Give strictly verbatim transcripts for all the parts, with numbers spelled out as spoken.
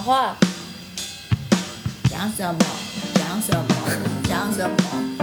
讲话，讲什么？讲什么？讲什么？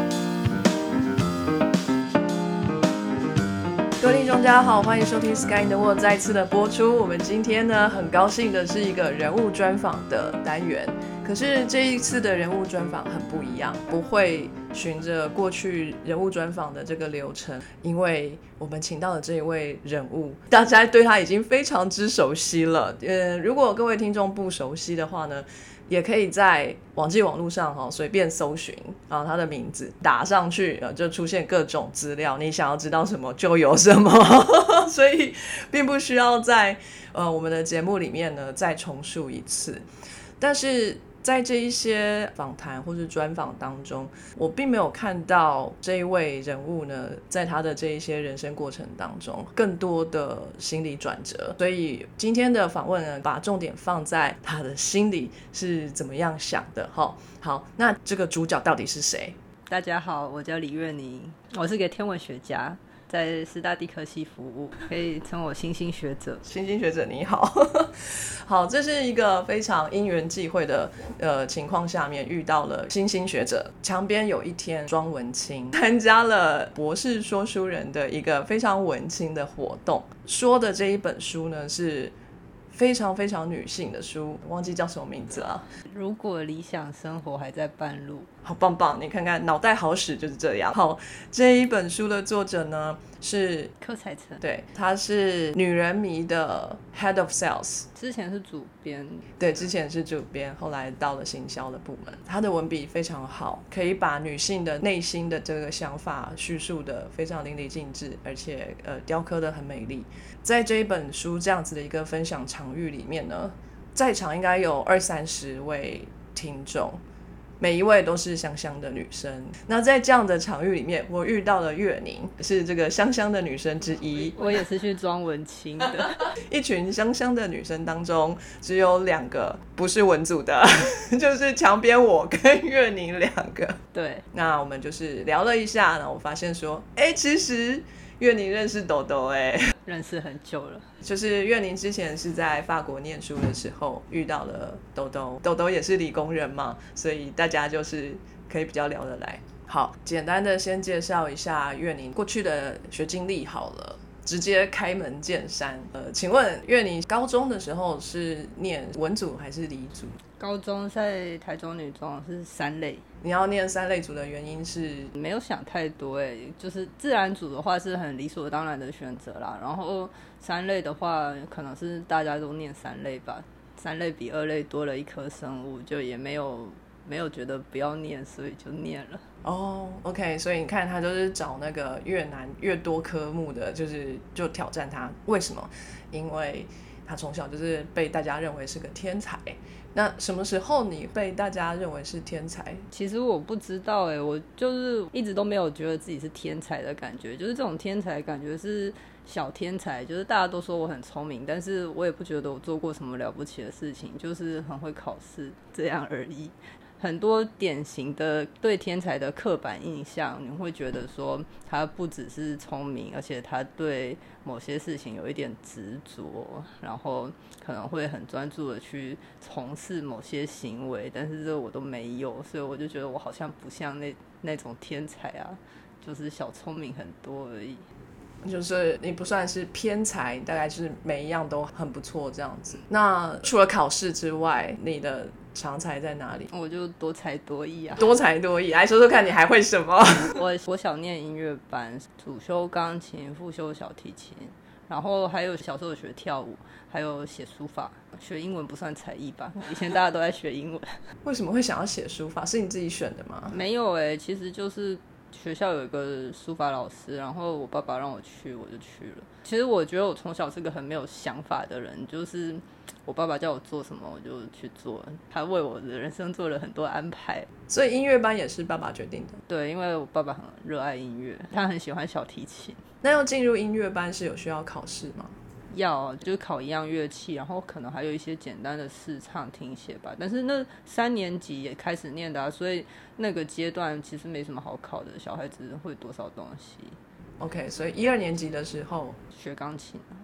各位听众大家好，欢迎收听 Sky in the World 再次的播出。我们今天呢很高兴的是一个人物专访的单元，可是这一次的人物专访很不一样，不会循着过去人物专访的这个流程，因为我们请到的这一位人物大家对他已经非常之熟悉了。呃，如果各位听众不熟悉的话呢，也可以在网际网络上哈随便搜寻啊他的名字打上去，呃就出现各种资料，你想要知道什么就有什么，所以并不需要在呃我们的节目里面呢再重述一次。但是在这一些访谈或是专访当中，我并没有看到这一位人物呢在他的这一些人生过程当中更多的心理转折，所以今天的访问呢把重点放在他的心里是怎么样想的。好，那这个主角到底是谁？ 大家好，我叫李月宁，我是个天文学家，在师大地科系服务，可以称我星星学者。 星星学者你好。好，这是一个非常因缘际会的呃情况下面遇到了星星学者。墙边有一天庄文清参加了博士说书人的一个非常文青的活动，说的这一本书呢是非常非常女性的书，忘记叫什么名字了。 如果理想生活还在半路。 好棒棒，你看看脑袋好使就是这样。好，这一本书的作者呢是柯采岑， 对，他是女人迷的 Head of Sales， 之前是主编， 对，之前是主编，后来到了行销的部门。他的文笔非常好，可以把女性的内心的这个想法叙述的非常淋漓尽致，而且呃雕刻的很美丽。在这一本书这样子的一个分享场域里面呢，在场应该有二三十位听众，每一位都是香香的女生。那在这样的场域里面，我遇到了月宁，是这个香香的女生之一。 我也是去装文青的。 一群香香的女生当中，只有两个不是文组的，就是墙边我跟月宁两个。 对， 那我们就是聊了一下，然后我发现说，哎，其实月宁认识豆豆，哎， 认识很久了。 就是月宁之前是在法国念书的时候遇到了豆豆，豆豆也是理工人嘛，所以大家就是可以比较聊得来。好，简单的先介绍一下月宁过去的学经历好了，直接开门见山。呃，请问月宁高中的时候是念文组还是理组？ 高中在台中女中是三类。 你要念三类组的原因是？ 没有想太多哎，就是自然组的话是很理所当然的选择啦，然后三类的话可能是大家都念三类吧，三类比二类多了一科生物，就也没有没有觉得不要念，所以就念了。 哦、oh, OK， 所以你看他就是找那个越难越多科目的，就是就挑战他。为什么？因为他从小就是被大家认为是个天才。那什么时候你被大家认为是天才？ 其实我不知道哎，我就是一直都没有觉得自己是天才的感觉，就是这种天才感觉是小天才，就是大家都说我很聪明，但是我也不觉得我做过什么了不起的事情，就是很会考试这样而已。很多典型的对天才的刻板印象，你会觉得说他不只是聪明，而且他对某些事情有一点执着，然后可能会很专注的去从事某些行为，但是这我都没有，所以我就觉得我好像不像那那种天才啊，就是小聪明很多而已。 就是你不算是偏才，大概就是每一样都很不错这样子。那除了考试之外，你的长才在哪里？ 我就多才多艺啊， 多才多艺。来说说看，你还会什么？ 我我小念音乐班，主修钢琴，副修小提琴，然后还有小时候学跳舞，还有写书法。学英文不算才艺吧？以前大家都在学英文。 为什么会想要写书法？是你自己选的吗？ 没有哎、欸，其实就是学校有一个书法老师，然后我爸爸让我去，我就去了。其实我觉得我从小是个很没有想法的人，就是我爸爸叫我做什么我就去做，他为我的人生做了很多安排。 所以音乐班也是爸爸决定的？ 对，因为我爸爸很热爱音乐，他很喜欢小提琴。 那要进入音乐班是有需要考试吗？ 要，就是考一样乐器，然后可能还有一些简单的视唱听写吧，但是那三年级也开始念的啊，所以那个阶段其实没什么好考的，小孩子会多少东西。 OK， 所以一二年级的时候学钢琴。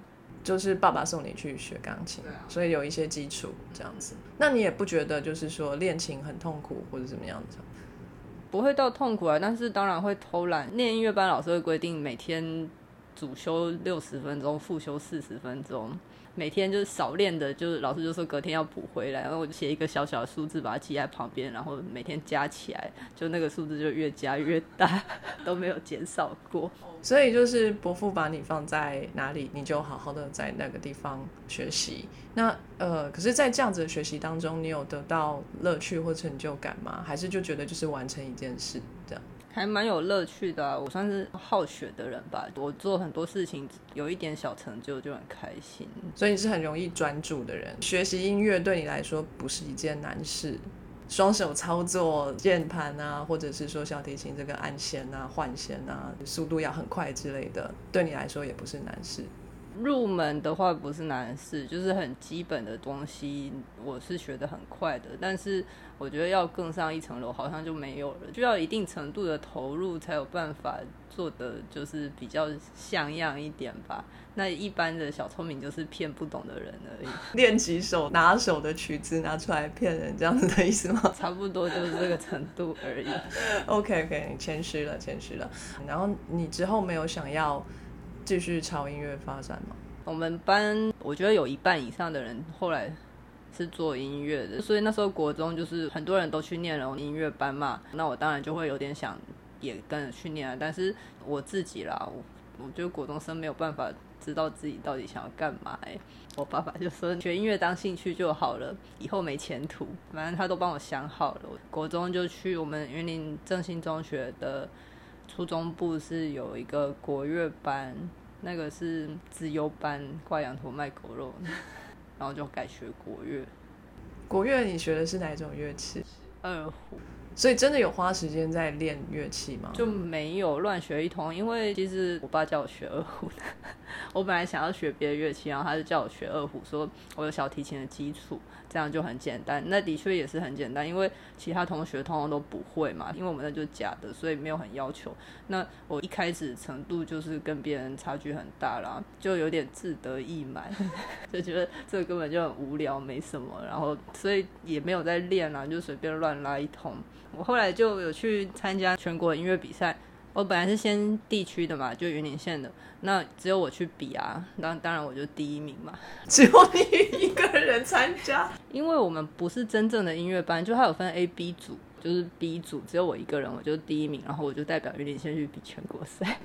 就是爸爸送你去学钢琴、啊、所以有一些基础这样子。那你也不觉得就是说练琴很痛苦或者怎么样子？ 不会到痛苦啊，但是当然会偷懒。念音乐班老师会规定每天主修六十分钟，副修四十分钟，每天就是少练的，就是老师就说隔天要补回来，然后我就写一个小小的数字把它记在旁边，然后每天加起来，就那个数字就越加越大，都没有减少过。 所以就是伯父把你放在哪里，你就好好的在那个地方学习。那呃，可是在这样子的学习当中，你有得到乐趣或成就感吗？还是就觉得就是完成一件事这样？ 还蛮有乐趣的、啊、我算是好学的人吧，我做很多事情有一点小成就就很开心。 所以你是很容易专注的人，学习音乐对你来说不是一件难事，双手操作键盘啊，或者是说小提琴这个按弦啊换弦啊，速度要很快之类的，对你来说也不是难事。 入门的话不是难事，就是很基本的东西我是学得很快的，但是我觉得要更上一层楼好像就没有了，就要一定程度的投入才有办法做的就是比较像样一点吧。那一般的小聪明就是骗不懂的人而已。 练几首拿手的曲子拿出来骗人，这样子的意思吗？ 差不多就是这个程度而已。 OK OK， 你谦虚了谦虚了。然后你之后没有想要继续朝音乐发展吗？ 我们班我觉得有一半以上的人后来是做音乐的，所以那时候国中就是很多人都去念了音乐班嘛，那我当然就会有点想也跟着去念啊。但是我自己啦，我我觉得国中生没有办法知道自己到底想要干嘛、欸、我爸爸就说学音乐当兴趣就好了，以后没前途，反正他都帮我想好了。我国中就去我们云林正兴中学的初中部是有一个国乐班，那个是资优班，挂羊头卖狗肉，然后就改学国乐。 国乐你学的是哪一种乐器？ 二胡。 所以真的有花时间在练乐器吗？ 就没有乱学一通，因为其实我爸叫我学二胡的，我本来想要学别的乐器，然后他就叫我学二胡，说我有小提琴的基础，这样就很简单。那的确也是很简单，因为其他同学通通都不会嘛，因为我们那就是假的，所以没有很要求。那我一开始程度就是跟别人差距很大啦，就有点自得意满，就觉得这个根本就很无聊，没什么，然后所以也没有在练啦，就随便乱拉一通。我后来就有去参加全国音乐比赛，我本来是先地区的嘛，就云林县的，那只有我去比啊，当当然我就第一名嘛。 只有你一个人参加？ 因为我们不是真正的音乐班，就它有分 A、B 组，就是 B 组只有我一个人，我就第一名，然后我就代表云林县去比全国赛。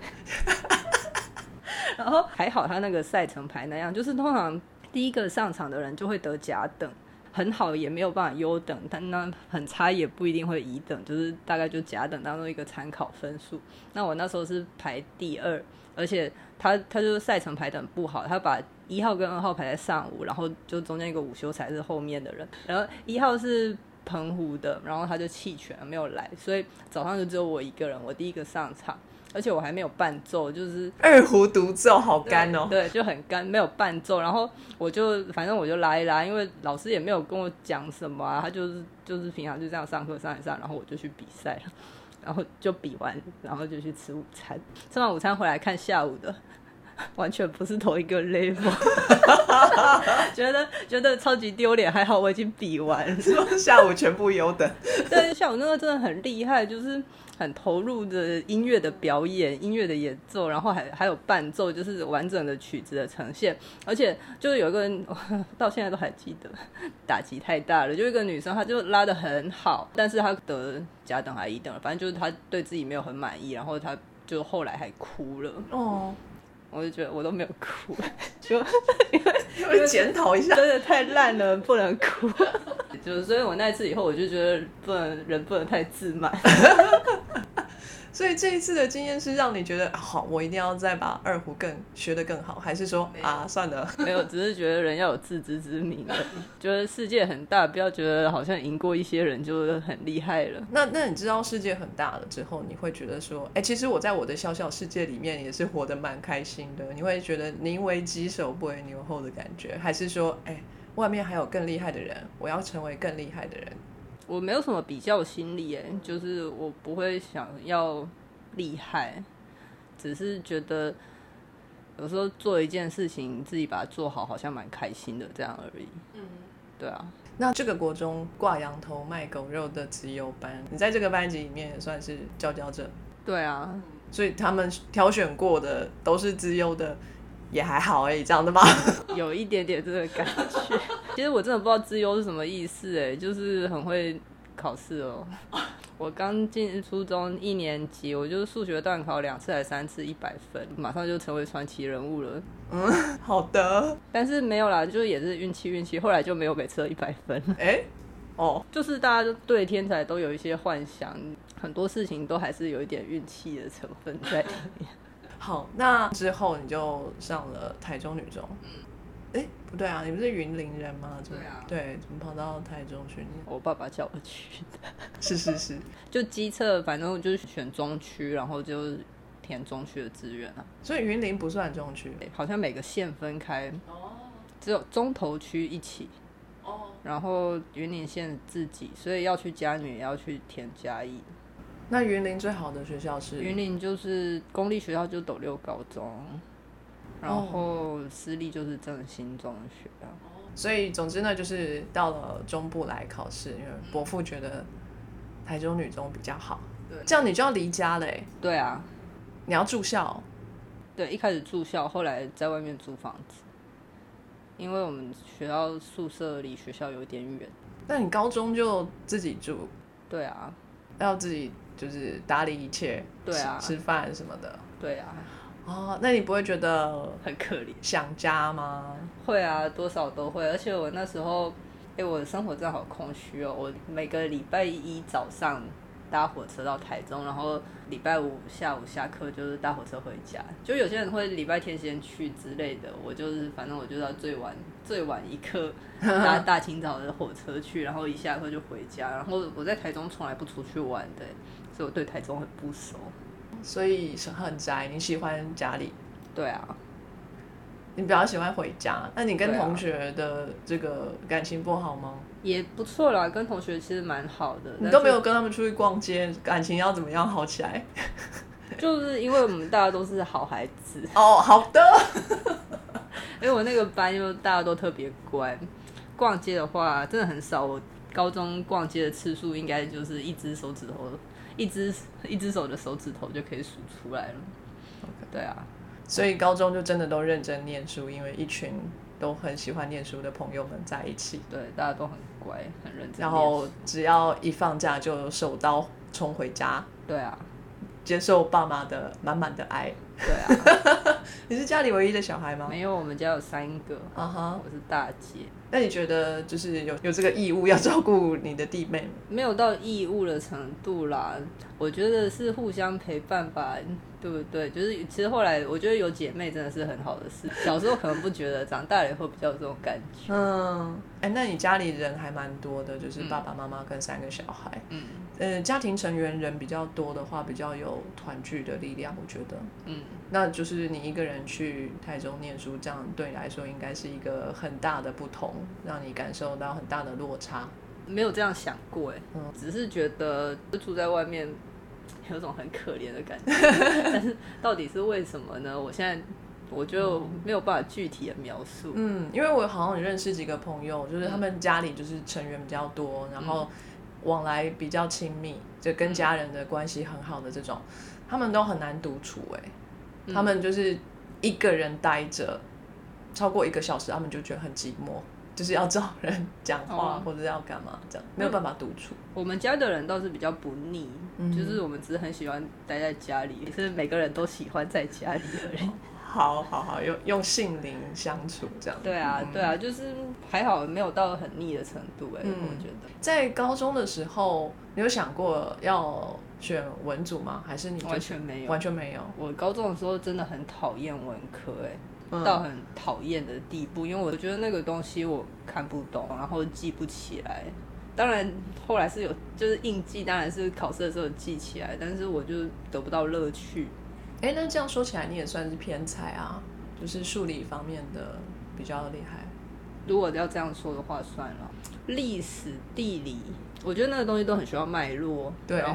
然后还好他那个赛程排那样，就是通常第一个上场的人就会得甲等。很好也没有办法优等，但那很差也不一定会乙等，就是大概就甲等当做一个参考分数。那我那时候是排第二，而且他他就是赛程排得很不好，他把一号跟二号排在上午，然后就中间一个午休才是后面的人。然后一号是澎湖的，然后他就弃权没有来，所以早上就只有我一个人，我第一个上场。而且我还没有伴奏，就是二胡独奏，好干哦。 对，对，就很干，没有伴奏。然后我就反正我就拉一拉，因为老师也没有跟我讲什么啊，他就是就是平常就这样上课上一上，然后我就去比赛了，然后就比完，然后就去吃午餐。吃完午餐回来看下午的，完全不是同一个 level， 觉得觉得超级丢脸。还好我已经比完了， 下午全部优等。 对，下午那个真的很厉害，就是很投入的音乐的表演，音乐的演奏，然后还还有伴奏，就是完整的曲子的呈现。而且就是有一个人到现在都还记得，打击太大了，就一个女生她就拉得很好，但是她得甲等还乙等了，反正就是她对自己没有很满意，然后她就后来还哭了。哦，我就觉得我都没有哭，就因为检讨一下， 真的太烂了，不能哭。就所以我那次以后我就觉得不能人不能太自满。 所以这一次的经验是让你觉得、啊、好，我一定要再把二胡更学得更好，还是说啊算了？ 没有，只是觉得人要有自知之明而已。觉得世界很大，不要觉得好像赢过一些人就很厉害了。 那那你知道世界很大了之后，你会觉得说，哎，其实我在我的小小世界里面也是活得蛮开心的。你会觉得宁为鸡首不为牛后的感觉，还是说，哎，外面还有更厉害的人，我要成为更厉害的人？ 我没有什么比较心理，哎，就是我不会想要厉害，只是觉得， 有时候做一件事情自己把它做好，好像蛮开心的这样而已。嗯，对啊。 那这个国中挂羊头卖狗肉的资优班，你在这个班级里面也算是佼佼者。 对啊， 所以他们挑选过的都是资优的，也还好而已，这样的吗？ 有一点点这个感觉。其实我真的不知道资优是什么意思，哎，就是很会考试哦。我刚进初中一年级，我就是数学段考两次还三次一百分，马上就成为传奇人物了。 嗯，好的。 但是没有啦，就也是运气运气，后来就没有每次都一百分。 哎、欸，哦， 就是大家对天才都有一些幻想，很多事情都还是有一点运气的成分在里面。 好，那之后你就上了台中女中。哎、欸，不对啊，你不是云林人吗？对啊。 对，怎么跑到台中去？ 我爸爸叫我去的。 是是是。就基测，反正我就是选中区，然后就填中区的志愿啊。 所以云林不算中区， 好像每个县分开，只有中投区一起。然后云林县自己，所以要去嘉女也要去填嘉义。 那云林最好的学校是？ 云林就是公立学校就斗六高中，然后私立就是正兴中学啊。 所以总之呢，就是到了中部来考试，因为伯父觉得台中女中比较好。对，这样你就要离家了欸。 对啊， 你要住校。 对，一开始住校，后来在外面租房子。因为我们学校宿舍离学校有点远。 那你高中就自己住？ 对啊， 要自己就是打理一切。 对啊， 吃饭什么的。 对啊。 哦，那你不会觉得很可怜、 想家吗？ 会啊，多少都会。而且我那时候，哎、欸，我的生活真的好空虚哦。我每个礼拜一早上搭火车到台中，然后礼拜五下午下课就是搭火车回家。就有些人会礼拜天先去之类的，我就是反正我就要最晚最晚一刻搭大清早的火车去，然后一下课就回家。然后我在台中从来不出去玩的，所以我对台中很不熟。 所以很宅，你喜欢家里？ 对啊。 你比较喜欢回家，那你跟同学的这个感情不好吗？ 也不错啦，跟同学其实蛮好的。 你都没有跟他们出去逛街，感情要怎么样好起来？ 就是因为我们大家都是好孩子。 哦，好的。 因为我那个班就大家都特别乖，逛街的话真的很少。我高中逛街的次数应该就是一只手指头，一只一只手的手指头就可以数出来了。Okay. 对啊。 所以高中就真的都认真念书，因为一群都很喜欢念书的朋友们在一起。 对，大家都很乖，很认真。 然后只要一放假就手刀冲回家。 对啊。 接受爸妈的满满的爱。 对啊。 你是家里唯一的小孩吗？ 没有，我们家有三个。啊哈、uh-huh. 我是大姐。 那你觉得就是有有这个义务要照顾你的弟妹吗？ 没有到义务的程度啦，我觉得是互相陪伴吧，对不对？就是其实后来我觉得有姐妹真的是很好的事，小时候可能不觉得，长大了以后比较有这种感觉。 嗯，哎、欸，那你家里人还蛮多的，就是爸爸妈妈跟三个小孩。嗯。呃，家庭成员人比较多的话，比较有团聚的力量，我觉得。嗯。那就是你一个人去台中念书，这样对你来说应该是一个很大的不同，让你感受到很大的落差。 没有这样想过哎、嗯，只是觉得住在外面有种很可怜的感觉。但是到底是为什么呢？我现在我就没有办法具体的描述。 嗯，因为我好像认识几个朋友，就是他们家里就是成员比较多，然后往来比较亲密，就跟家人的关系很好的这种，他们都很难独处哎、欸，他们就是一个人待着超过一个小时，他们就觉得很寂寞。就是要找人讲话、哦、或者要干嘛这样，没有办法独处。 我们家的人倒是比较不腻、嗯，就是我们只是很喜欢待在家里，也是每个人都喜欢在家里而已。 好好好，用用性灵相处这样。 对啊，对啊，就是还好没有到很腻的程度哎、欸嗯，我觉得。 在高中的时候，你有想过要选文组吗？还是你完全没有？ 完全没有。 我高中的时候真的很讨厌文科哎、欸。到很讨厌的地步，因为我觉得那个东西我看不懂，然后记不起来。当然后来是有，就是硬记，当然是考试的时候记起来，但是我就得不到乐趣。 哎、欸，那这样说起来，你也算是偏才啊，就是数理方面的比较厉害。 如果要这样说的话，算了。历史、地理，我觉得那个东西都很需要脉络。对。然后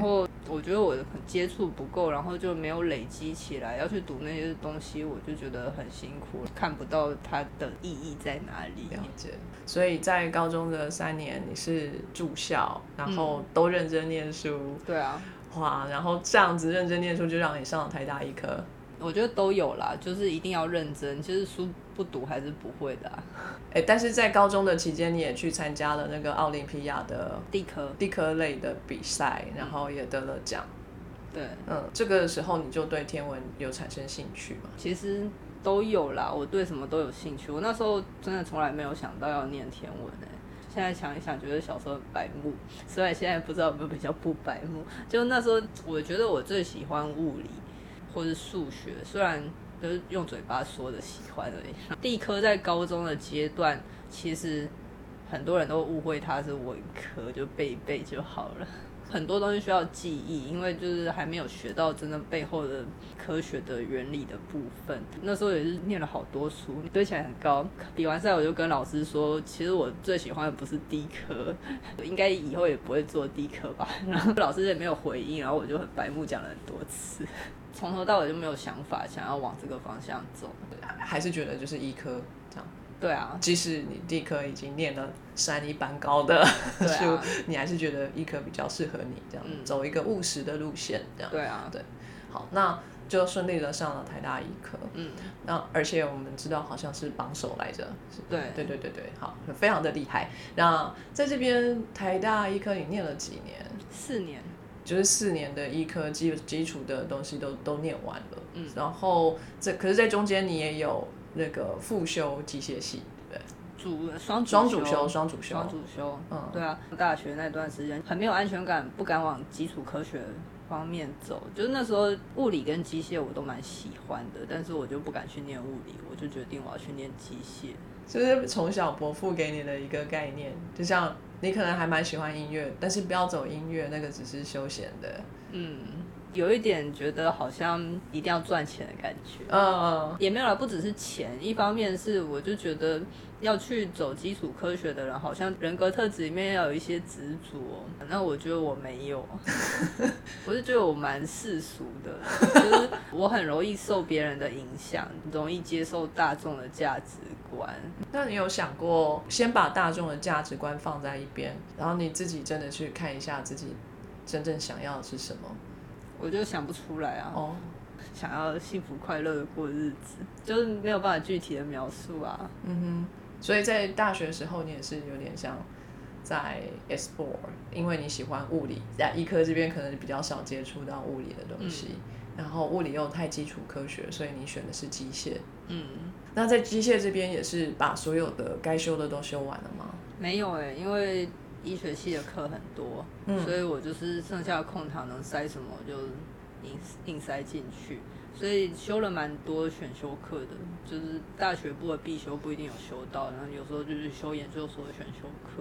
我觉得我接触不够，然后就没有累积起来，要去读那些东西，我就觉得很辛苦，看不到它的意义在哪里。 了解。所以在高中的三年，你是住校，然后都认真念书。 嗯、对啊。 哇，然后这样子认真念书，就让你上了台大医科。 我觉得都有啦，就是一定要认真，其实书不读还是不会的、啊欸、但是在高中的期间，你也去参加了那个奥林匹亚的地科地科类的比赛，然后也得了奖。 对， 嗯，这个时候你就对天文有产生兴趣吗？ 其实都有啦，我对什么都有兴趣。我那时候真的从来没有想到要念天文诶、欸，现在想一想，觉得小时候很白目，虽然现在不知道有没有比较不白目。就那时候，我觉得我最喜欢物理或是数学，虽然就是用嘴巴说的喜欢而已。地科在高中的阶段，其实很多人都误会它是文科，就背一背就好了。很多东西需要记忆，因为就是还没有学到真正背后的科学的原理的部分。那时候也是念了好多书，堆起来很高。比完赛我就跟老师说，其实我最喜欢的不是地科，应该以后也不会做地科吧。然后老师也没有回应，然后我就很白目讲了很多次。从头到尾就没有想法想要往这个方向走， 还是觉得就是医科这样。 对啊， 即使你地科已经念了山一般高的书、啊、你还是觉得医科比较适合你这样、嗯、走一个务实的路线这样。 对啊， 对，好，那就顺利的上了台大医科。嗯，那而且我们知道好像是榜首来着。 对对对对对，好，非常的厉害。那在这边台大医科你念了几年？ 四年。 就是四年的医科基基础的东西都都念完了。嗯，然后这可是在中间你也有那个复修机械系，对不对？ 主双双主修，双主修， 双主修。嗯，对啊，大学那段时间很没有安全感，不敢往基础科学方面走。就是那时候物理跟机械我都蛮喜欢的，但是我就不敢去念物理，我就决定我要去念机械。 就是从小伯父给你的一个概念，就像你可能还蛮喜欢音乐，但是不要走音乐，那个只是休闲的。 嗯，有一点觉得好像一定要赚钱的感觉。 嗯， 也没有啦，不只是钱，一方面是我就觉得要去走基础科学的人，好像人格特质里面要有一些执着，那我觉得我没有。我是觉得我蛮世俗的，就是我很容易受别人的影响，容易接受大众的价值观。 那你有想过先把大众的价值观放在一边，然后你自己真的去看一下自己真正想要的是什么？ 我就想不出来啊。 哦， 想要幸福快乐的过日子，就是没有办法具体的描述啊。 嗯哼，所以在大学的时候，你也是有点像在 explore， 因为你喜欢物理，在医科这边可能比较少接触到物理的东西，嗯、然后物理又太基础科学，所以你选的是机械。嗯，那在机械这边也是把所有的该修的都修完了吗？ 没有哎、欸，因为医学系的课很多、嗯，所以我就是剩下的空堂能塞什么就硬硬塞进去，所以修了蛮多选修课的，就是大学部的必修不一定有修到，然后有时候就是修研究所的选修课。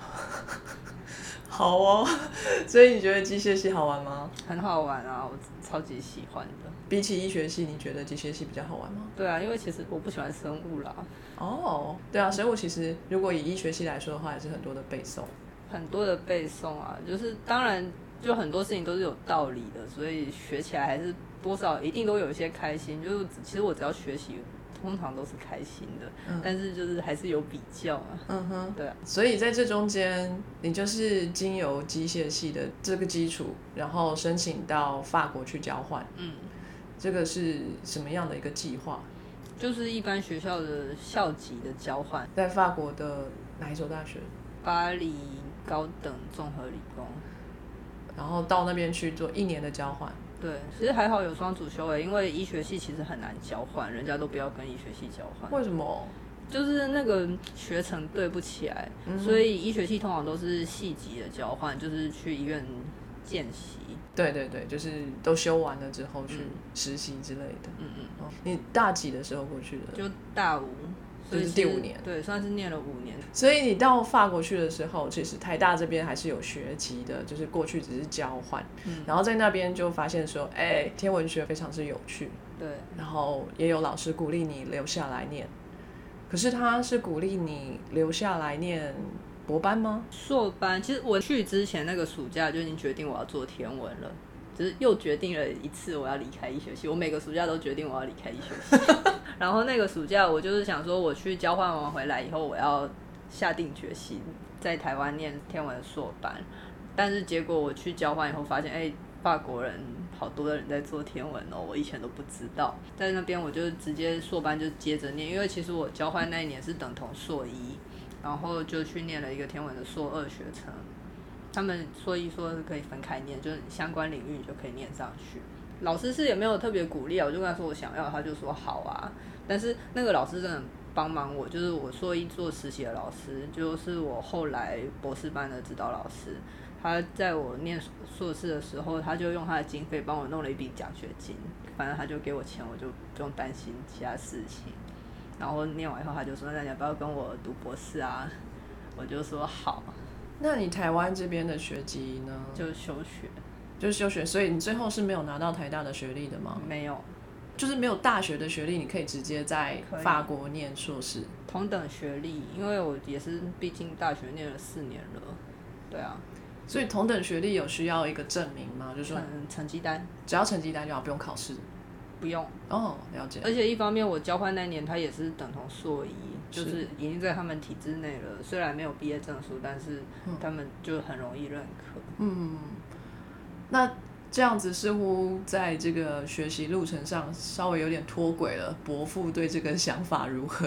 好哦，所以你觉得机械系好玩吗？ 很好玩啊，我超级喜欢的。 比起医学系，你觉得机械系比较好玩吗？ 对啊，因为其实我不喜欢生物啦。 哦，对啊，生物其实如果以医学系来说的话，也是很多的背诵。 很多的背诵啊，就是当然就很多事情都是有道理的，所以学起来还是多少一定都有一些开心。就是其实我只要学习，通常都是开心的，嗯、但是就是还是有比较啊。 嗯哼， 对啊。 所以在这中间，你就是经由机械系的这个基础，然后申请到法国去交换。嗯，这个是什么样的一个计划？ 就是一般学校的校级的交换， 在法国的哪一所大学？ 巴黎高等综合理工。 然后到那边去做一年的交换。 对，其实还好有双主修诶，因为医学系其实很难交换，人家都不要跟医学系交换。 为什么？ 就是那个学程对不起来、嗯，所以医学系通常都是系级的交换，就是去医院见习。 对对对，就是都修完了之后去实习之类的。嗯嗯、哦。你大几的时候过去的？ 就大五。 就是第五年， 对，算是念了五年。 所以你到法国去的时候，其实台大这边还是有学籍的，就是过去只是交换、嗯，然后在那边就发现说，哎、欸，天文学非常之有趣， 对， 然后也有老师鼓励你留下来念。可是他是鼓励你留下来念博班吗？ 硕班。其实我去之前那个暑假就已经决定我要做天文了。 就是又决定了一次我要离开医学系，我每个暑假都决定我要离开医学系。然后那个暑假我就是想说，我去交换完回来以后，我要下定决心在台湾念天文硕班。但是结果我去交换以后发现，哎、欸，法国人好多的人在做天文哦，我以前都不知道。在那边我就直接硕班就接着念，因为其实我交换那一年是等同硕一，然后就去念了一个天文的硕二学程。他们硕一硕二是可以分开念，就是相关领域你就可以念上去。老师是也没有特别鼓励啊，我就跟他说我想要，他就说好啊。但是那个老师真的帮忙我，就是我硕一做实习的老师，就是我后来博士班的指导老师。他在我念硕士的时候，他就用他的经费帮我弄了一笔奖学金，反正他就给我钱，我就不用担心其他事情。然后念完以后，他就说：“那你要不要跟我读博士啊？”我就说好。 那你台湾这边的学籍呢？ 就休学， 就是休学，所以你最后是没有拿到台大的学历的吗？ 没有， 就是没有大学的学历，你可以直接在法国念硕士， 同等学历，因为我也是，毕竟大学念了四年了，对啊。 所以同等学历有需要一个证明吗？就是说成绩单， 只要成绩单就好，不用考试。 不用哦，了解。 而且一方面我交换那年他也是等同硕一，就是已经在他们体制内了，虽然没有毕业证书，但是他们就很容易认可。 嗯，那这样子似乎在这个学习路程上稍微有点脱轨了。伯父对这个想法如何？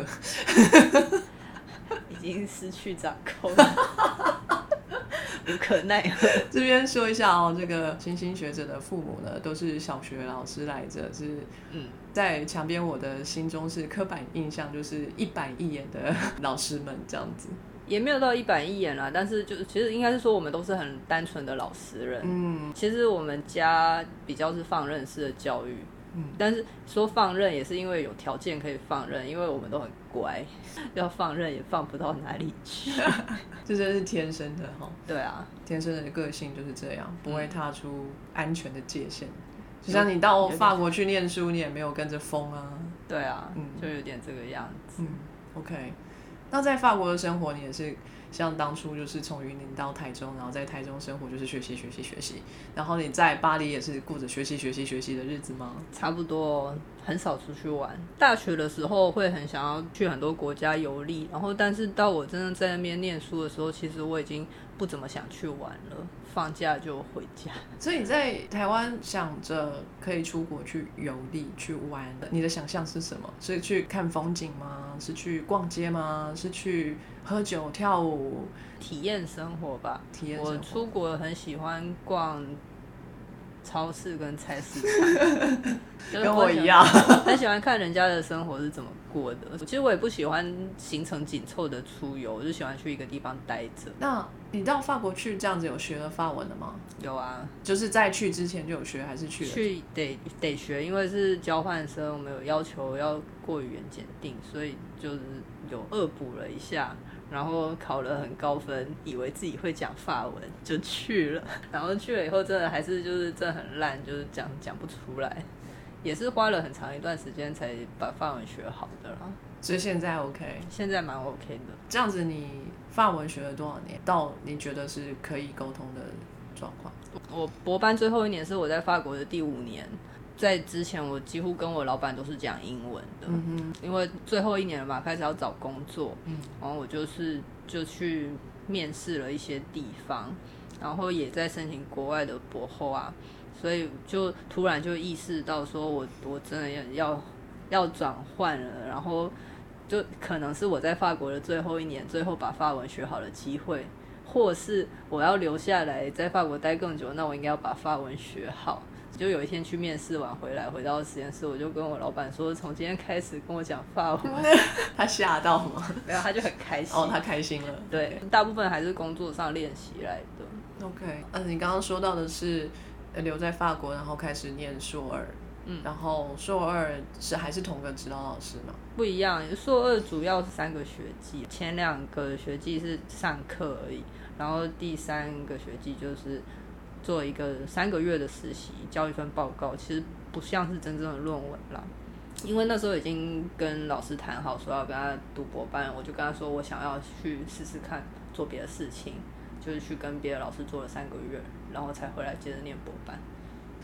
已经失去掌控了。无可奈何。 这边说一下哦，这个星星学者的父母呢，都是小学老师来着，是嗯，在墙边我的心中是刻板印象，就是一板一眼的老师们这样子。 也没有到一板一眼啦，但是就是其实应该是说我们都是很单纯的老实人。嗯，其实我们家比较是放任式的教育。嗯，但是说放任也是因为有条件可以放任，因为我们都很乖，要放任也放不到哪里去。 这真是天生的齁。 对啊， 天生的个性就是这样，不会踏出安全的界限。就像你到法国去念书，你也没有跟着风啊。 对啊，嗯，就有点这个样子。 嗯 ，OK。那在法国的生活，你也是像当初就是从云林到台中，然后在台中生活就是学习学习学习，然后你在巴黎也是过着学习学习学习的日子吗？ 差不多，很少出去玩。大学的时候会很想要去很多国家游历，然后但是到我真正在那边念书的时候，其实我已经不怎么想去玩了，放假就回家。 所以你在台湾想着可以出国去游历去玩，你的想象是什么？是去看风景吗？是去逛街吗？是去喝酒跳舞？ 体验生活吧。 体验生活。 我出国很喜欢逛超市跟菜市场， 跟我一样， 很喜欢看人家的生活是怎么过的。其实我也不喜欢行程紧凑的出游，我就喜欢去一个地方待着。 那你到法国去这样子有学了法文的吗？ 有啊， 就是在去之前就有学，还是去了？ 去得得学，因为是交换生，我们有要求要过语言检定，所以就是有恶补了一下。然后考了很高分，以为自己会讲法文就去了，然后去了以后真的还是就是真的很烂，就是讲讲不出来，也是花了很长一段时间才把法文学好的啦。 所以现在 OK， 现在蛮 OK 的。 这样子你法文学了多少年？到你觉得是可以沟通的状况？ 我博班最后一年是我在法国的第五年。在之前我几乎跟我老板都是讲英文的。嗯，因为最后一年了嘛，开始要找工作。嗯，然后我就是就去面试了一些地方，然后也在申请国外的博后啊，所以就突然就意识到说我我真的要要要转换了，然后就可能是我在法国的最后一年，最后把法文学好的机会，或是我要留下来在法国待更久，那我应该要把法文学好。就有一天去面试完回来，回到实验室，我就跟我老板说，从今天开始跟我讲法文。 他吓到吗？ 没有，他就很开心。 哦，他开心了。 对， okay. 大部分还是工作上练习来的。 OK， 呃，你刚刚说到的是留在法国，然后开始念硕二。嗯，然后硕二是还是同个指导老师吗？ 不一样，硕二主要是三个学季，前两个学季是上课而已，然后第三个学季就是做一个三个月的实习，交一份报告，其实不像是真正的论文啦。因为那时候已经跟老师谈好说要跟他读博班，我就跟他说我想要去试试看做别的事情，就是去跟别的老师做了三个月，然后才回来接着念博班。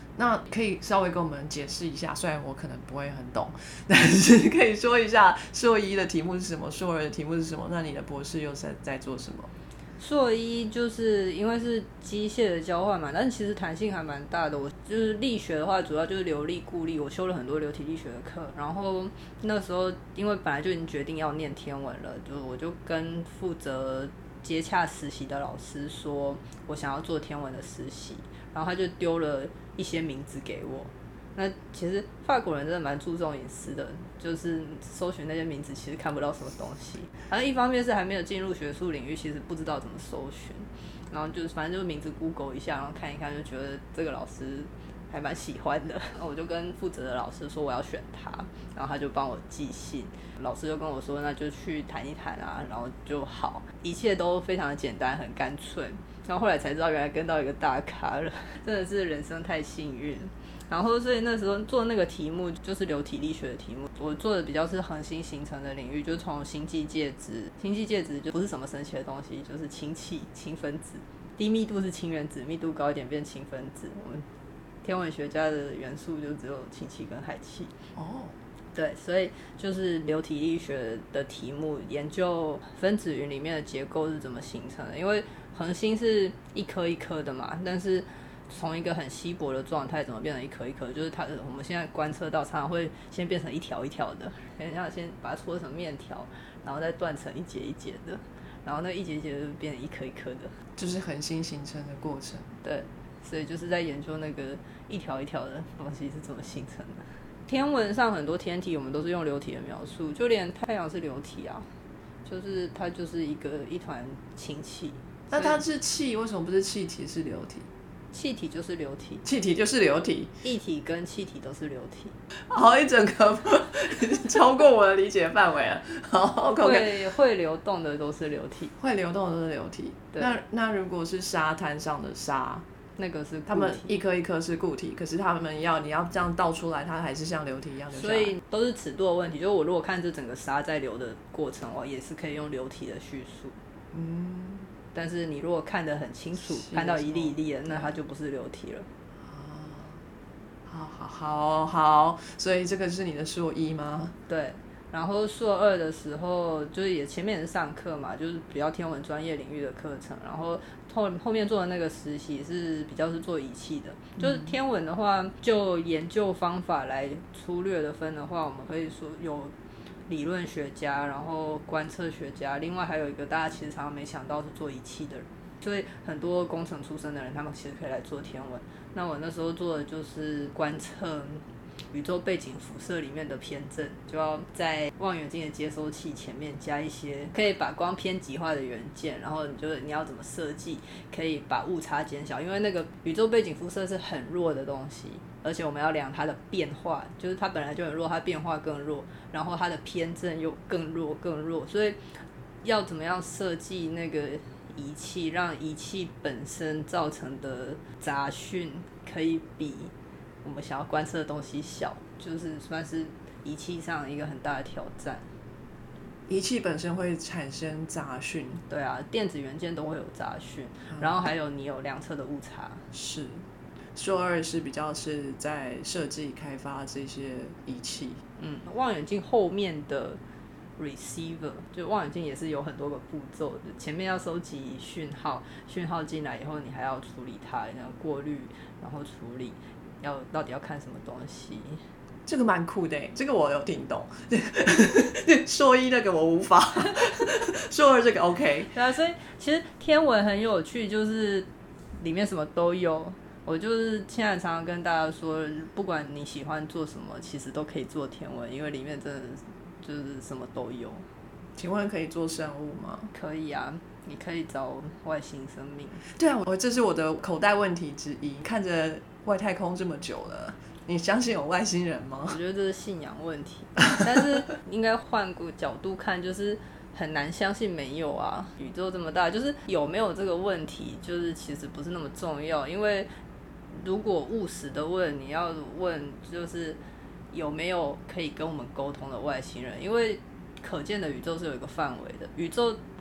那可以稍微跟我们解释一下，虽然我可能不会很懂，但是可以说一下硕一的题目是什么，硕二的题目是什么，那你的博士又在在做什么？ 硕一就是因为是机械的交换嘛，但是其实弹性还蛮大的。我就是力学的话，主要就是流力、固力，我修了很多流体力学的课。然后那时候因为本来就已经决定要念天文了，就我就跟负责接洽实习的老师说，我想要做天文的实习，然后他就丢了一些名字给我。那其实法国人真的蛮注重隐私的，就是搜寻那些名字其实看不到什么东西。反正一方面是还没有进入学术领域，其实不知道怎么搜寻，然后就是反正就是名字 Google 一下，然后看一看，就觉得这个老师还蛮喜欢的。然后我就跟负责的老师说我要选他，然后他就帮我寄信，老师就跟我说那就去谈一谈啊，然后就好，一切都非常的简单，很干脆。然后后来才知道原来跟到一个大咖了，真的是人生太幸运。然后所以那时候做那个题目就是流体力学的题目，我做的比较是恒星形成的领域，就是从星际介质，星际介质就不是什么神奇的东西，就是氢气、氢分子，低密度是氢原子，密度高一点变氢分子。我们天文学家的元素就只有氢气跟氦气。 哦， 对，所以就是流体力学的题目，研究分子云里面的结构是怎么形成的。因为恒星是一颗一颗的嘛，但是从一个很稀薄的状态怎么变成一颗一颗，就是它我们现在观测到常常会先变成一条一条的，很像先把它搓成面条，然后再断成一节一节的，然后那一节一节就变成一颗一颗的， 就是恒星形成的过程。 对，所以就是在研究那个一条一条的东西是怎么形成的。天文上很多天体我们都是用流体的描述，就连太阳是流体啊，就是它就是一个一团氢气。 那它是气，为什么不是气体是流体？ 气体就是流体， 气体就是流体， 液体跟气体都是流体。 好，一整个超过我的理解范围了。好 ，OK， 会会流动的都是流体， 会流动的都是流体。那那如果是沙滩上的沙， 那个是固体， 它们一颗一颗是固体，可是它们要你要这样倒出来，它还是像流体一样流下来。 所以都是尺度的问题。就是我如果看这整个沙在流的过程，我也是可以用流体的叙述。 嗯。 但是你如果看得很清楚，看到一粒一粒的，那它就不是流体了。 好好好好，所以这个是你的硕一吗？ 对，然后硕二的时候，就是也前面也是上课嘛，就是比较天文专业领域的课程，然后后后面做的那个实习是比较是做仪器的，就是天文的话，就研究方法来粗略的分的话，我们可以说有理论学家，然后观测学家，另外还有一个大家其实常常没想到是做仪器的人，所以很多工程出身的人，他们其实可以来做天文。那我那时候做的就是观测宇宙背景辐射里面的偏振，就要在望远镜的接收器前面加一些可以把光偏极化的元件，然后你就你要怎么设计可以把误差减小，因为那个宇宙背景辐射是很弱的东西，而且我们要量它的变化，就是它本来就很弱，它变化更弱，然后它的偏振又更弱更弱，所以要怎么样设计那个仪器，让仪器本身造成的杂讯可以比我们想要观测的东西小，就是算是仪器上一个很大的挑战。 仪器本身会产生杂讯， 对啊，电子元件都会有杂讯，嗯、然后还有你有量测的误差。 是，硕二是比较是在设计开发这些仪器。 嗯，望远镜后面的 receiver， 就望远镜也是有很多个步骤的，前面要收集讯号，讯号进来以后，你还要处理它，然后过滤，然后处理。要到底要看什么东西？ 这个蛮酷的，这个我有听懂。硕一那个我无法，硕二这个 OK。 对啊，所以其实天文很有趣，就是里面什么都有。我就是现在常常跟大家说，不管你喜欢做什么，其实都可以做天文，因为里面真的就是什么都有。 请问可以做生物吗？ 可以啊，你可以找外星生命。 对啊，我这是我的口袋问题之一。看着外太空这么久了，你相信有外星人吗？ 我觉得这是信仰问题，但是应该换个角度看，就是很难相信没有啊。宇宙这么大，就是有没有这个问题，就是其实不是那么重要。因为如果务实的问，你要问就是有没有可以跟我们沟通的外星人，因为可见的宇宙是有一个范围的，宇宙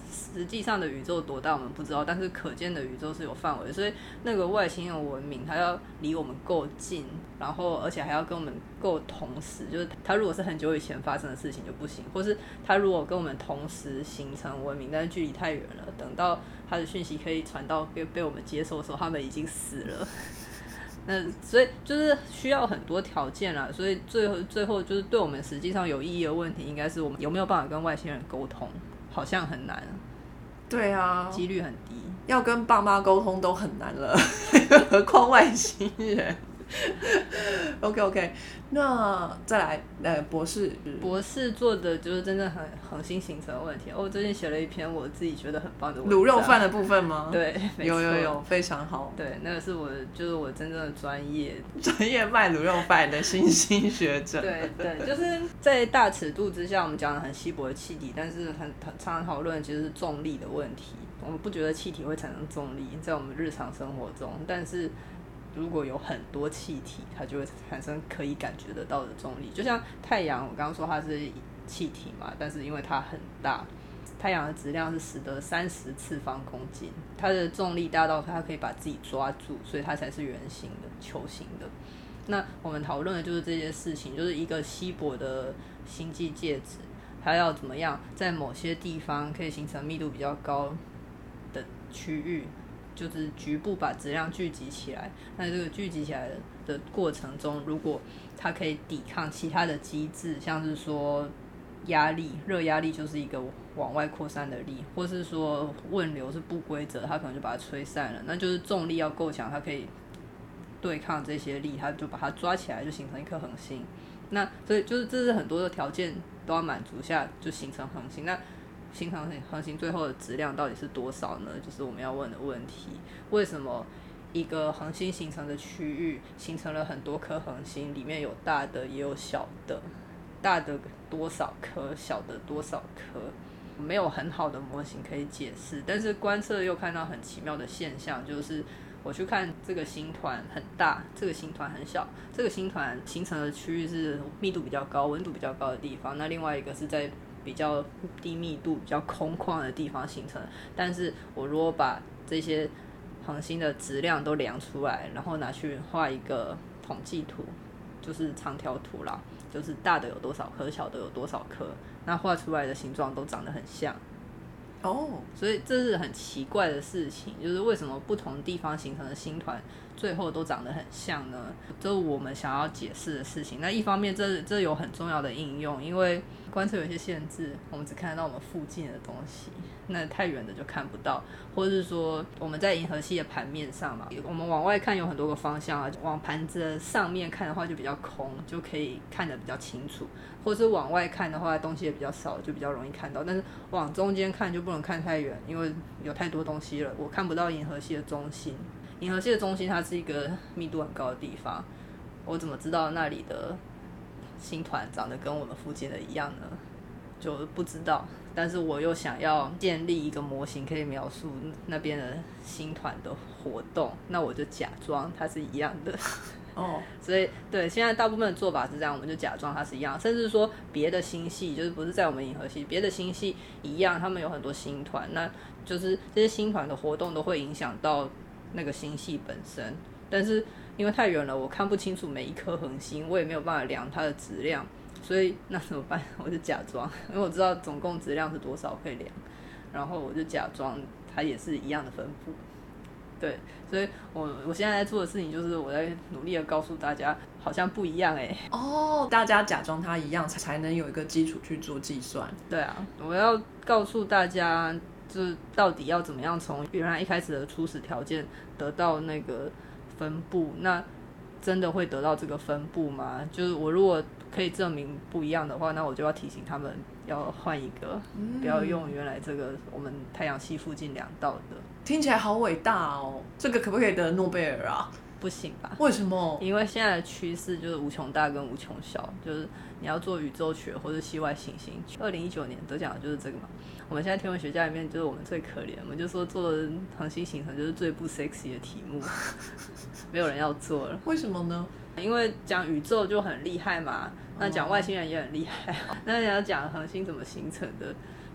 实际上的宇宙多大我们不知道，但是可见的宇宙是有范围，所以那个外星人文明它要离我们够近，然后而且还要跟我们够同时，就是它如果是很久以前发生的事情就不行，或是它如果跟我们同时形成文明，但是距离太远了，等到它的讯息可以传到被被我们接受的时候，他们已经死了。那所以就是需要很多条件啦，所以最后最后就是对我们实际上有意义的问题，应该是我们有没有办法跟外星人沟通，好像很难。 对啊， 几率很低， 要跟爸妈沟通都很难了，何况外星人。OK OK， 那再来，呃，博士， 博士做的就是真正很恒星形成的问题。哦，我最近写了一篇我自己觉得很棒的文章， 卤肉饭的部分吗？ 对， 有有有，非常好。 对，那个是我就是我真正的专业， 专业卖卤肉饭的新兴学者。 对对，就是在大尺度之下，我们讲的很稀薄的气体，但是很很常常讨论其实是重力的问题。我们不觉得气体会产生重力，在我们日常生活中，但是如果有很多气体，它就会产生可以感觉得到的重力。就像太阳，我刚刚说它是气体嘛，但是因为它很大，太阳的质量是十得三十次方公斤，它的重力大到它可以把自己抓住，所以它才是圆形的、球形的。那我们讨论的就是这些事情，就是一个稀薄的星际介质，它要怎么样在某些地方可以形成密度比较高的区域，就是局部把质量聚集起来。那这个聚集起来的过程中，如果它可以抵抗其他的机制，像是说压力，热压力就是一个往外扩散的力，或是说问流是不规则，它可能就把它吹散了。那就是重力要够强，它可以对抗这些力，它就把它抓起来，就形成一颗恒星。那所以就是这是很多的条件都要满足下，就形成恒星。那形成恒星最后的质量到底是多少呢？就是我们要问的问题。为什么一个恒星形成的区域形成了很多颗恒星，里面有大的也有小的，大的多少颗，小的多少颗？没有很好的模型可以解释，但是观测又看到很奇妙的现象，就是我去看这个星团很大，这个星团很小，这个星团形成的区域是密度比较高、温度比较高的地方，那另外一个是在比较低密度、比较空旷的地方形成。但是我如果把这些恒星的质量都量出来，然后拿去画一个统计图，就是长条图啦，就是大的有多少颗，小的有多少颗，那画出来的形状都长得很像。哦、oh. 所以这是很奇怪的事情，就是为什么不同地方形成的星团最后都长得很像呢？这是我们想要解释的事情。那一方面这这有很重要的应用，因为观测有一些限制，我们只看得到我们附近的东西，那太远的就看不到，或者是说我们在银河系的盘面上嘛，我们往外看有很多个方向啊，往盘子的上面看的话就比较空，就可以看得比较清楚，或是往外看的话东西也比较少，就比较容易看到。但是往中间看就不能看太远，因为有太多东西了，我看不到银河系的中心。银河系的中心它是一个密度很高的地方，我怎么知道那里的星团长得跟我们附近的一样呢？就不知道。但是我又想要建立一个模型可以描述那边的星团的活动，那我就假装它是一样的。哦、oh. 所以对，现在大部分的做法是这样，我们就假装它是一样，甚至说别的星系，就是不是在我们银河系，别的星系一样，他们有很多星团，那就是这些星团的活动都会影响到那个星系本身。但是因为太远了，我看不清楚每一颗恒星，我也没有办法量它的质量，所以那怎么办？我就假装，因为我知道总共质量是多少可以量，然后我就假装它也是一样的分布。对，所以我我现在在做的事情就是我在努力的告诉大家，好像不一样哎、欸。 哦，大家假装它一样，才能有一个基础去做计算。 对啊，我要告诉大家，就是到底要怎么样从原来一开始的初始条件得到那个分布，那真的会得到这个分布吗？就是我如果可以证明不一样的话，那我就要提醒他们要换一个、嗯、不要用原来这个我们太阳系附近量到的。 听起来好伟大哦，这个可不可以得诺贝尔啊？ 不行吧？ 为什么？ 因为现在的趋势就是无穷大跟无穷小，就是你要做宇宙学或者系外行星。二零一九年得奖的就是这个嘛。我们现在天文学家里面就是我们最可怜，我们就说做恒星形成就是最不 sexy 的题目，没有人要做了。 为什么呢？ 因为讲宇宙就很厉害嘛，那讲外星人也很厉害，那你要讲恒星怎么形成的，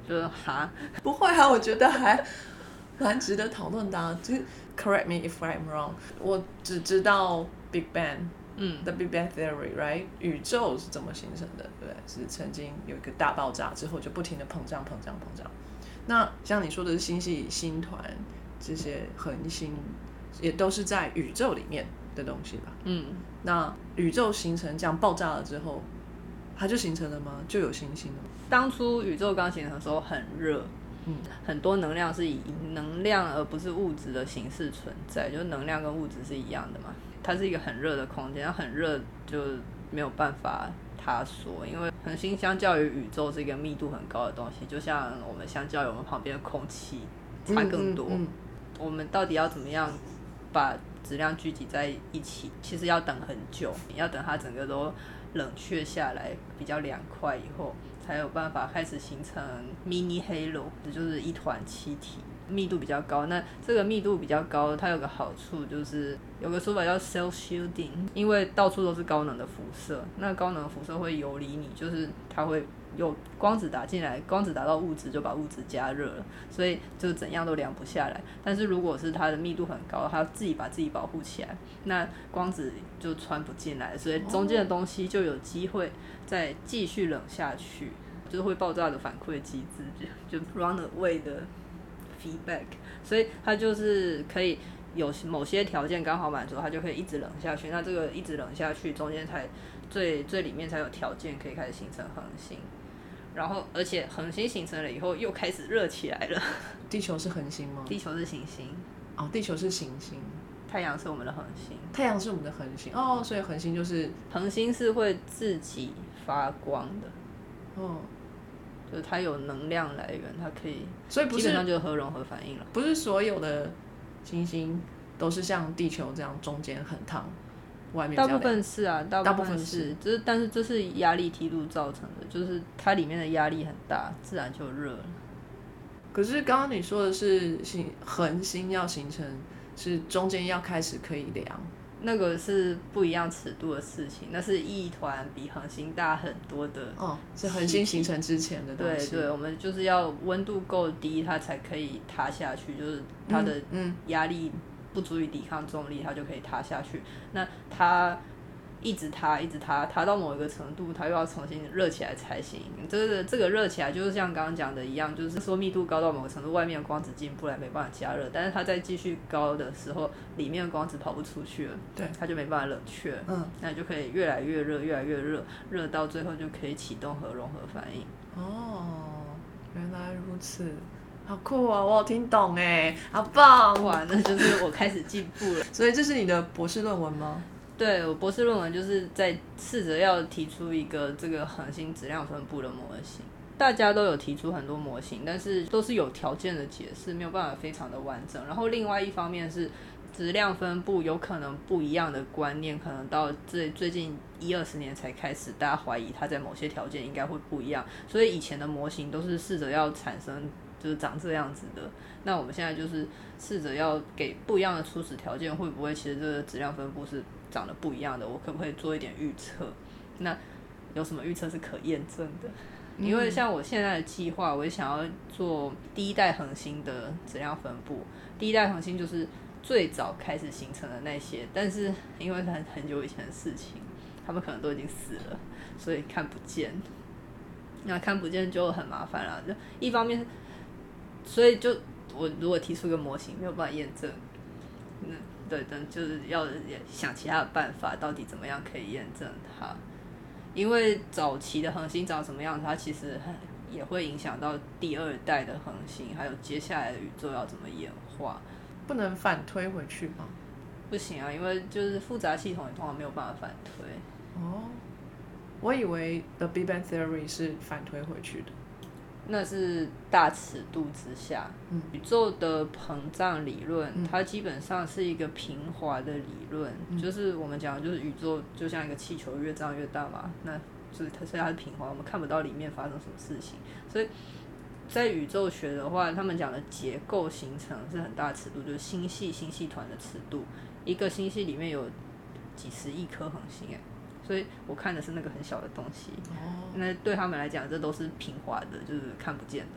就是哈， 不会啊，我觉得还蛮值得讨论的、啊。就是 correct me if I'm wrong， 我只知道 Big Bang。嗯 ，The Big Bang Theory，right？ 宇宙是怎么形成的？对不对？是曾经有一个大爆炸之后，就不停的膨胀、膨胀、膨胀。那像你说的是星系、星团这些恒星，也都是在宇宙里面的东西吧？嗯。那宇宙形成这样爆炸了之后，它就形成了吗？就有星星了吗？ 当初宇宙刚形成的时候很热。嗯，很多能量是以能量而不是物质的形式存在，就是能量跟物质是一样的嘛。它是一个很热的空间，它很热就没有办法塌缩，因为恒星相较于宇宙是一个密度很高的东西，就像我们相较于我们旁边的空气差更多。嗯嗯嗯、我们到底要怎么样把质量聚集在一起？其实要等很久，要等它整个都冷却下来，比较凉快以后，才有办法开始形成 mini halo， 这就是一团气体。密度比较高，那这个密度比较高，它有个好处就是有个说法叫 self shielding， 因为到处都是高能的辐射，那高能的辐射会游离你，就是它会有光子打进来，光子打到物质就把物质加热了，所以就怎样都凉不下来。但是如果是它的密度很高，它自己把自己保护起来，那光子就穿不进来，所以中间的东西就有机会再继续冷下去，就是会爆炸的反馈机制，就就 run away 的feedback， 所以它就是可以有某些条件刚好满足，它就可以一直冷下去。那这个一直冷下去，中间才最最里面才有条件可以开始形成恒星。然后，而且恒星形成了以后，又开始热起来了。 地球是恒星吗？ 地球是行星。 哦，地球是行星。 太阳是我们的恒星。 太阳是我们的恒星哦，所以恒星就是恒星是会自己发光的。哦。就是它有能量来源，它可以， 所以不是基本上就是核融合反应了。 不是所有的行星都是像地球这样中间很烫，外面大部分是啊，大部分是，就是但是这是压力梯度造成的，就是它里面的压力很大，自然就热了。 可是刚刚你说的是恒星要形成，是中间要开始可以凉。 那个是不一样尺度的事情，那是一团比恒星大很多的哦，是恒星形成之前的东西。 对对，我们就是要温度够低，它才可以塌下去，就是它的压力不足以抵抗重力，它就可以塌下去。那它一直塌，一直塌，塌到某一个程度，它又要重新热起来才行。这个这个热起来，就是像刚刚讲的一样，就是说密度高到某个程度，外面的光子进不来，没办法加热。但是它在继续高的时候，里面的光子跑不出去了，对，它就没办法冷却了。嗯，那你就可以越来越热，越来越热，热到最后就可以启动核融合反应。 哦，原来如此。好酷啊！我有听懂哎，好棒！ 哇，那就是我开始进步了。 所以这是你的博士论文吗？ 对，我博士论文就是在试着要提出一个这个恒星质量分布的模型。大家都有提出很多模型，但是都是有条件的解释，没有办法非常的完整。然后另外一方面是质量分布有可能不一样的观念，可能到最最近一二十年才开始，大家怀疑它在某些条件应该会不一样。所以以前的模型都是试着要产生就是长这样子的。那我们现在就是试着要给不一样的初始条件，会不会其实这个质量分布是长得不一样的？我可不可以做一点预测？那有什么预测是可验证的？因为像我现在的计划，我也想要做第一代恒星的质量分布。第一代恒星就是最早开始形成的那些，但是因为很很久以前的事情，他们可能都已经死了，所以看不见。那看不见就很麻烦了。就一方面，所以就我如果提出一个模型，没有办法验证，嗯，对，等就是要想其他的办法，到底怎么样可以验证它。因为早期的恒星长什么样，它其实也会影响到第二代的恒星，还有接下来的宇宙要怎么演化。 不能反推回去吗？ 不行啊，因为就是复杂系统，你通常没有办法反推。 哦，我以为 The Big Bang Theory 是反推回去的。 那是大尺度之下，嗯、宇宙的膨胀理论，嗯、它基本上是一个平滑的理论，嗯、就是我们讲的就是宇宙就像一个气球，越胀越大嘛，那就是它所以它是平滑，我们看不到里面发生什么事情。所以在宇宙学的话，他们讲的结构形成是很大尺度，就是星系星系团的尺度，一个星系里面有几十亿颗恒星哎。所以我看的是那个很小的东西，哦、那对他们来讲，这都是平滑的，就是看不见的。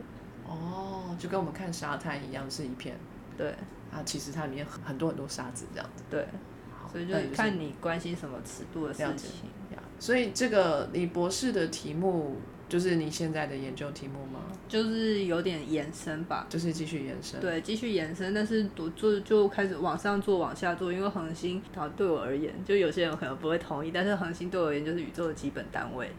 哦，就跟我们看沙滩一样，是一片。 对。 啊，其实它里面很多很多沙子这样子。 对。所以就是看你关心什么尺度的事情。 所以这个你博士的题目就是你现在的研究题目吗？ 就是有点延伸吧， 就是继续延伸。 对，继续延伸，但是我做就开始往上做往下做，因为恒星啊对我而言，就有些人可能不会同意，但是恒星对我而言就是宇宙的基本单位。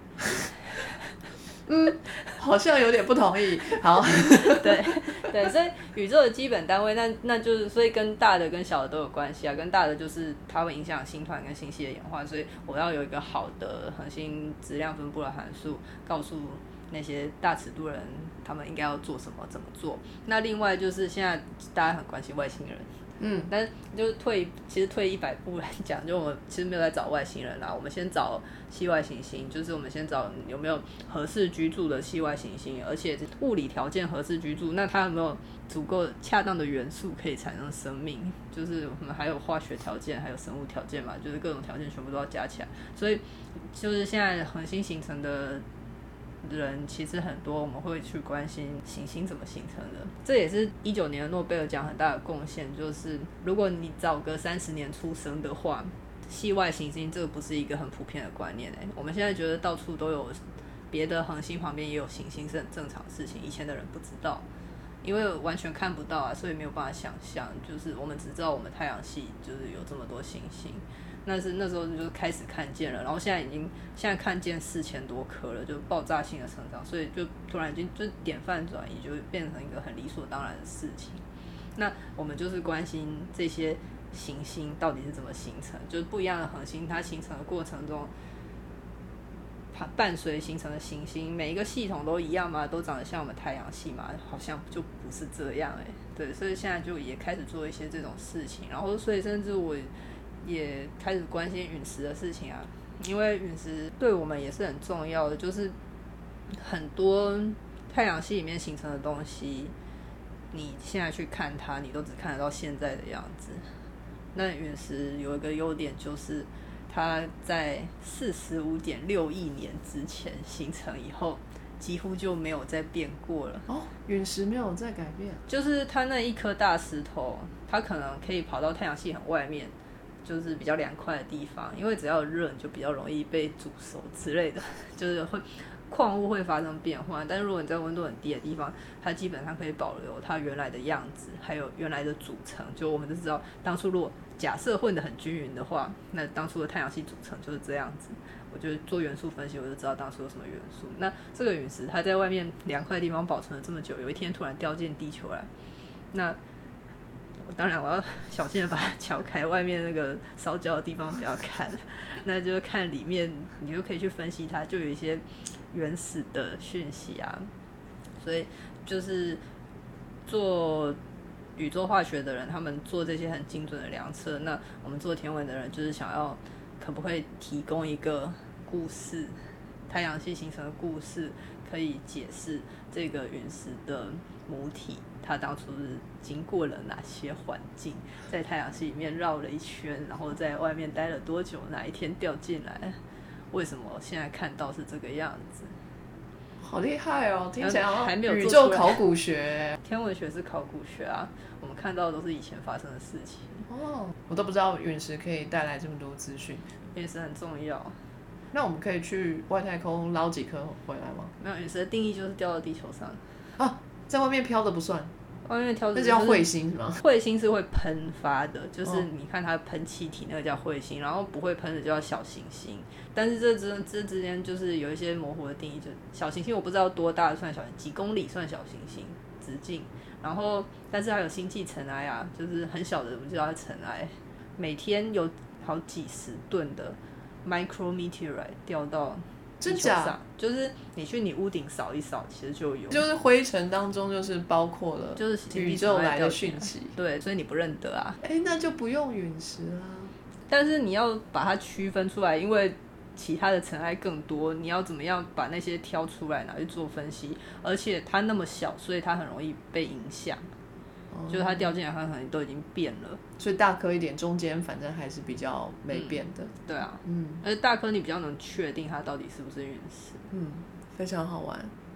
嗯，好像有点不同意。好， 对对，所以宇宙的基本单位，那那就是所以跟大的跟小的都有关系啊。跟大的就是它会影响星团跟星系的演化，所以我要有一个好的恒星质量分布的函数，告诉那些大尺度人他们应该要做什么，怎么做。那另外就是现在大家很关心外星人。嗯，但是就是退，其实退一百步来讲，就我们其实没有在找外星人啦，我们先找系外行星，就是我们先找有没有合适居住的系外行星，而且物理条件合适居住，那它有没有足够恰当的元素可以产生生命？就是我们还有化学条件，还有生物条件嘛，就是各种条件全部都要加起来，所以就是现在恒星形成的人其实很多，我们会去关心行星怎么形成的。这也是一九年的诺贝尔奖很大的贡献，就是如果你早个三十年出生的话，系外行星这个不是一个很普遍的观念、欸、我们现在觉得到处都有别的恒星旁边也有行星是很正常的事情，以前的人不知道，因为完全看不到啊，所以没有办法想象。就是我们只知道我们太阳系就是有这么多行星，那是那时候就开始看见了，然后现在已经现在看见四千多颗了，就爆炸性的成长，所以就突然间就典范转移，就变成一个很理所当然的事情。那我们就是关心这些行星到底是怎么形成，就是不一样的恒星它形成的过程中，伴随形成的行星，每一个系统都一样吗？都长得像我们太阳系吗？好像就不是这样哎、欸。对，所以现在就也开始做一些这种事情，然后所以甚至我也开始关心陨石的事情啊，因为陨石对我们也是很重要的，就是很多太阳系里面形成的东西，你现在去看它，你都只看得到现在的样子。那陨石有一个优点就是，它在四十五点六亿年之前形成以后，几乎就没有再变过了。 哦，陨石没有再改变， 就是它那一颗大石头，它可能可以跑到太阳系很外面，就是比较凉快的地方，因为只要热，你就比较容易被煮熟之类的，就是会矿物会发生变化。但是如果你在温度很低的地方，它基本上可以保留它原来的样子，还有原来的组成。就我们就知道，当初如果假设混得很均匀的话，那当初的太阳系组成就是这样子。我就做元素分析，我就知道当初有什么元素。那这个陨石它在外面凉快的地方保存了这么久，有一天突然掉进地球来，那当然我要小心的把它敲开，外面那个烧焦的地方不要看，那就看里面，你就可以去分析它，就有一些原始的讯息啊。所以就是做宇宙化学的人，他们做这些很精准的量测，那我们做天文的人就是想要可不可以提供一个故事，太阳系形成的故事，可以解释这个陨石的母体它当初是经过了哪些环境，在太阳系里面绕了一圈，然后在外面待了多久，哪一天掉进来，为什么现在看到是这个样子。 好厉害哦，听起来好像还没有宇宙考古学。 天文学是考古学啊，我们看到的都是以前发生的事情。 哦，我都不知道陨石可以带来这么多资讯。 陨石很重要。 那我们可以去外太空捞几颗回来吗？ 没有，陨石的定义就是掉到地球上。 啊，在外面飘的不算。 外面飘的、就是、 那叫彗星是吗？ 彗星是会喷发的，就是你看它喷气体，那个叫彗星，然后不会喷的叫小行星。但是这之这之间就是有一些模糊的定义，就小行星我不知道多大算小，几公里算小行星直径。然后，但是还有星际尘埃啊，就是很小的，我们就叫尘埃。每天有好几十吨的 micrometeorite 掉到地球上，就是你去你屋顶扫一扫，其实就有。 就是灰尘当中就是包括了， 就是宇宙来的讯息。 对，所以你不认得啊。 哎，那就不用陨石啦。 但是你要把它区分出来，因为其他的尘埃更多，你要怎么样把那些挑出来拿去做分析？而且它那么小，所以它很容易被影响。哦、就是它掉进来，它可能都已经变了。 所以大颗一点，中间反正还是比较没变的。 嗯、对啊，嗯，而大颗你比较能确定它到底是不是陨石。 嗯，非常好玩。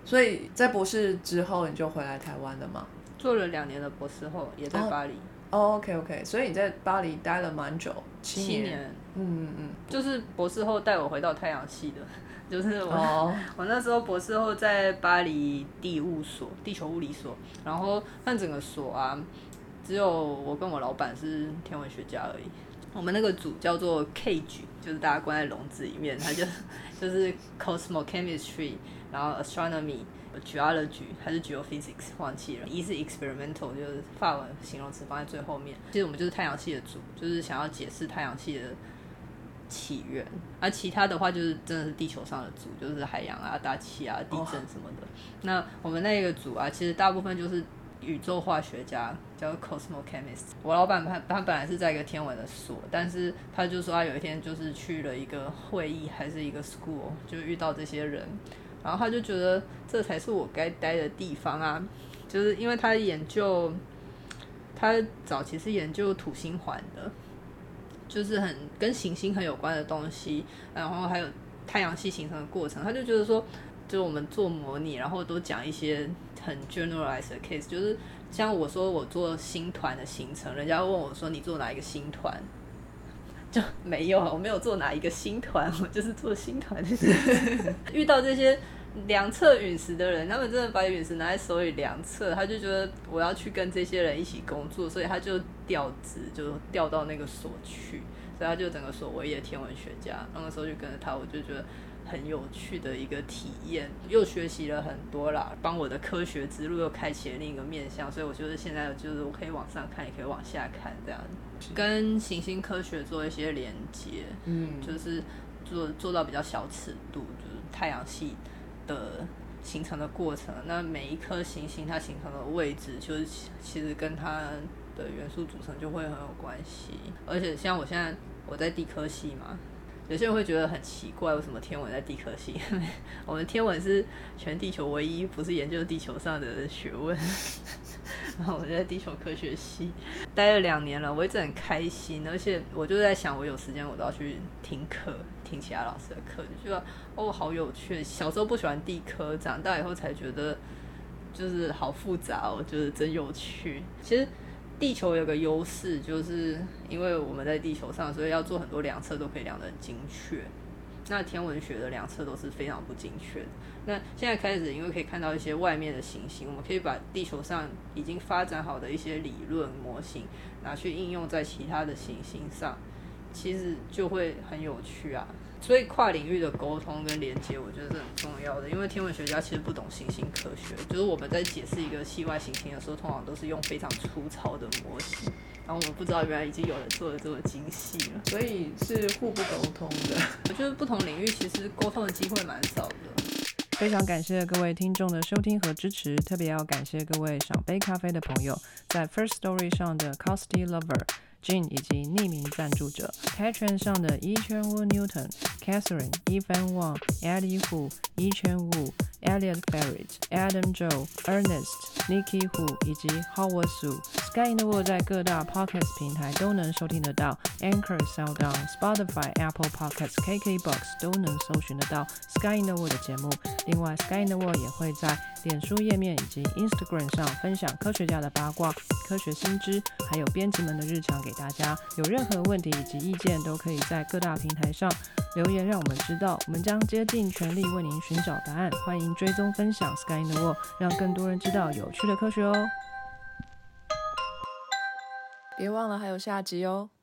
所以在博士之后你就回来台湾了吗？ 做了两年的博士后，也在巴黎。 哦、oh, ，OK OK， 所以你在巴黎待了蛮久，七年。 七年， 嗯嗯， 就是博士后带我回到太阳系的，就是我、 oh. 我那时候博士后在巴黎地物所，地球物理所，然后那整个所啊，只有我跟我老板是天文学家而已。我们那个组叫做 Cage， 就是大家关在笼子里面，它就就是 Cosmochemistry， 然后 Astronomy。Geology 还是 Geophysics 忘记了，一是 Experimental 就是法文形容词放在最后面。其实我们就是太阳系的组，就是想要解释太阳系的起源，而、啊、其他的话就是真的是地球上的组，就是海洋啊、大气啊、地震什么的。Oh. 那我们那个组啊，其实大部分就是宇宙化学家，叫 Cosmochemist。我老板他他本来是在一个天文的所，但是他就说他有一天就是去了一个会议还是一个 school， 就遇到这些人。然后他就觉得这才是我该待的地方啊，就是因为他研究，他早期是研究土星环的，就是很跟行星很有关的东西，然后还有太阳系形成的过程。他就觉得说，就是我们做模拟，然后都讲一些很 generalized 的 case， 就是像我说我做星团的形成，人家问我说你做哪一个星团？就没有，我没有做哪一个星团，我就是做星团的形成。遇到这些量测陨石的人，他们真的把陨石拿在手里量测，他就觉得我要去跟这些人一起工作，所以他就调职，就调到那个所去，所以他就整个所唯一的天文学家。那个时候就跟着他，我就觉得很有趣的一个体验，又学习了很多啦，帮我的科学之路又开启了另一个面向，所以我觉得现在就是我可以往上看，也可以往下看，这样跟行星科学做一些连接，嗯，就是做做到比较小尺度，就是太阳系的形成的过程。那每一颗行星它形成的位置，就是其实跟它的元素组成就会很有关系。而且像我现在我在地科系嘛。有些人会觉得很奇怪，为什么天文在地科系？我们天文是全地球唯一不是研究地球上的学问。然后我在地球科学系待了两年了，我一直很开心，而且我就在想，我有时间我都要去听课，听其他老师的课，就觉得哦好有趣。小时候不喜欢地科，长大以后才觉得就是好复杂哦，就是真有趣。其实。地球有个优势，就是因为我们在地球上，所以要做很多量测都可以量得很精确。那天文学的量测都是非常不精确的。那现在开始，因为可以看到一些外面的行星，我们可以把地球上已经发展好的一些理论模型拿去应用在其他的行星上，其实就会很有趣啊。所以跨领域的沟通跟连接，我觉得是很重要的。因为天文学家其实不懂行星科学，就是我们在解释一个系外行星的时候，通常都是用非常粗糙的模型，然后我们不知道原来已经有人做得这么精细了， 所以是互不沟通的。 我觉得不同领域其实沟通的机会蛮少的。 非常感谢各位听众的收听和支持，特别要感谢各位赏杯咖啡的朋友，在 First Story 上的 Costy Lover、Jin 以及匿名赞助者 Patreon 上的伊圈wu Newton、Catherine、Evan Wang、Eddie Hu、伊圈wu、Elliot Barrett、Adam Joe、Ernest、Nikki Hu 以及 Howard Su。Sky in the World 在各大 Podcast 平台都能收听得到， Anchor、SoundOn、Spotify、Apple Podcasts、K K Box 都能搜寻得到 Sky in the World 的节目。另外 Sky in the World 也会在脸书页面以及 Instagram 上分享科学家的八卦、科学新知，还有编辑们的日常给大家。有任何问题以及意见都可以在各大平台上留言让我们知道，我们将竭尽全力为您寻找答案。欢迎追踪分享 Sky in the World， 让更多人知道有趣的科学哦。别忘了还有下集哦。